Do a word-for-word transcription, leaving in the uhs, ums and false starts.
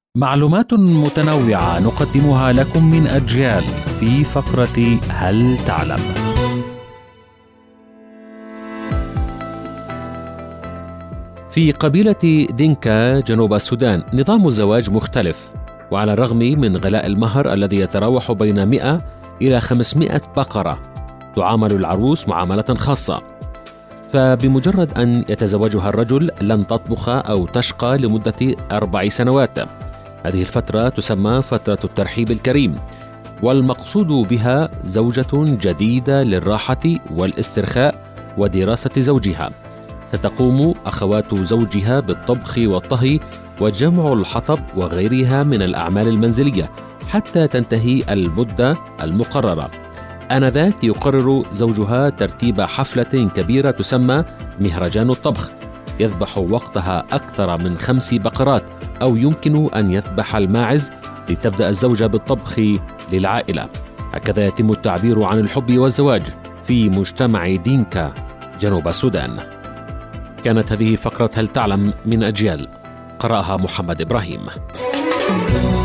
معلومات متنوعة نقدمها لكم من أجيال في فقرة هل تعلم؟ في قبيلة دينكا جنوب السودان نظام الزواج مختلف، وعلى الرغم من غلاء المهر الذي يتراوح بين مئة إلى خمسمئة بقرة، تعامل العروس معاملة خاصة، فبمجرد أن يتزوجها الرجل لن تطبخ أو تشقى لمدة أربع سنوات. هذه الفترة تسمى فترة الترحيب الكريم، والمقصود بها زوجة جديدة للراحة والاسترخاء ودراسة زوجها. ستقوم أخوات زوجها بالطبخ والطهي وجمع الحطب وغيرها من الأعمال المنزلية حتى تنتهي المدة المقررة. آنذاك يقرر زوجها ترتيب حفلة كبيرة تسمى مهرجان الطبخ، يذبح وقتها أكثر من خمس بقرات، أو يمكن أن يذبح الماعز لتبدأ الزوجة بالطبخ للعائلة. هكذا يتم التعبير عن الحب والزواج في مجتمع دينكا جنوب السودان. كانت هذه فقرة هل تعلم من أجيال، قرأها محمد إبراهيم.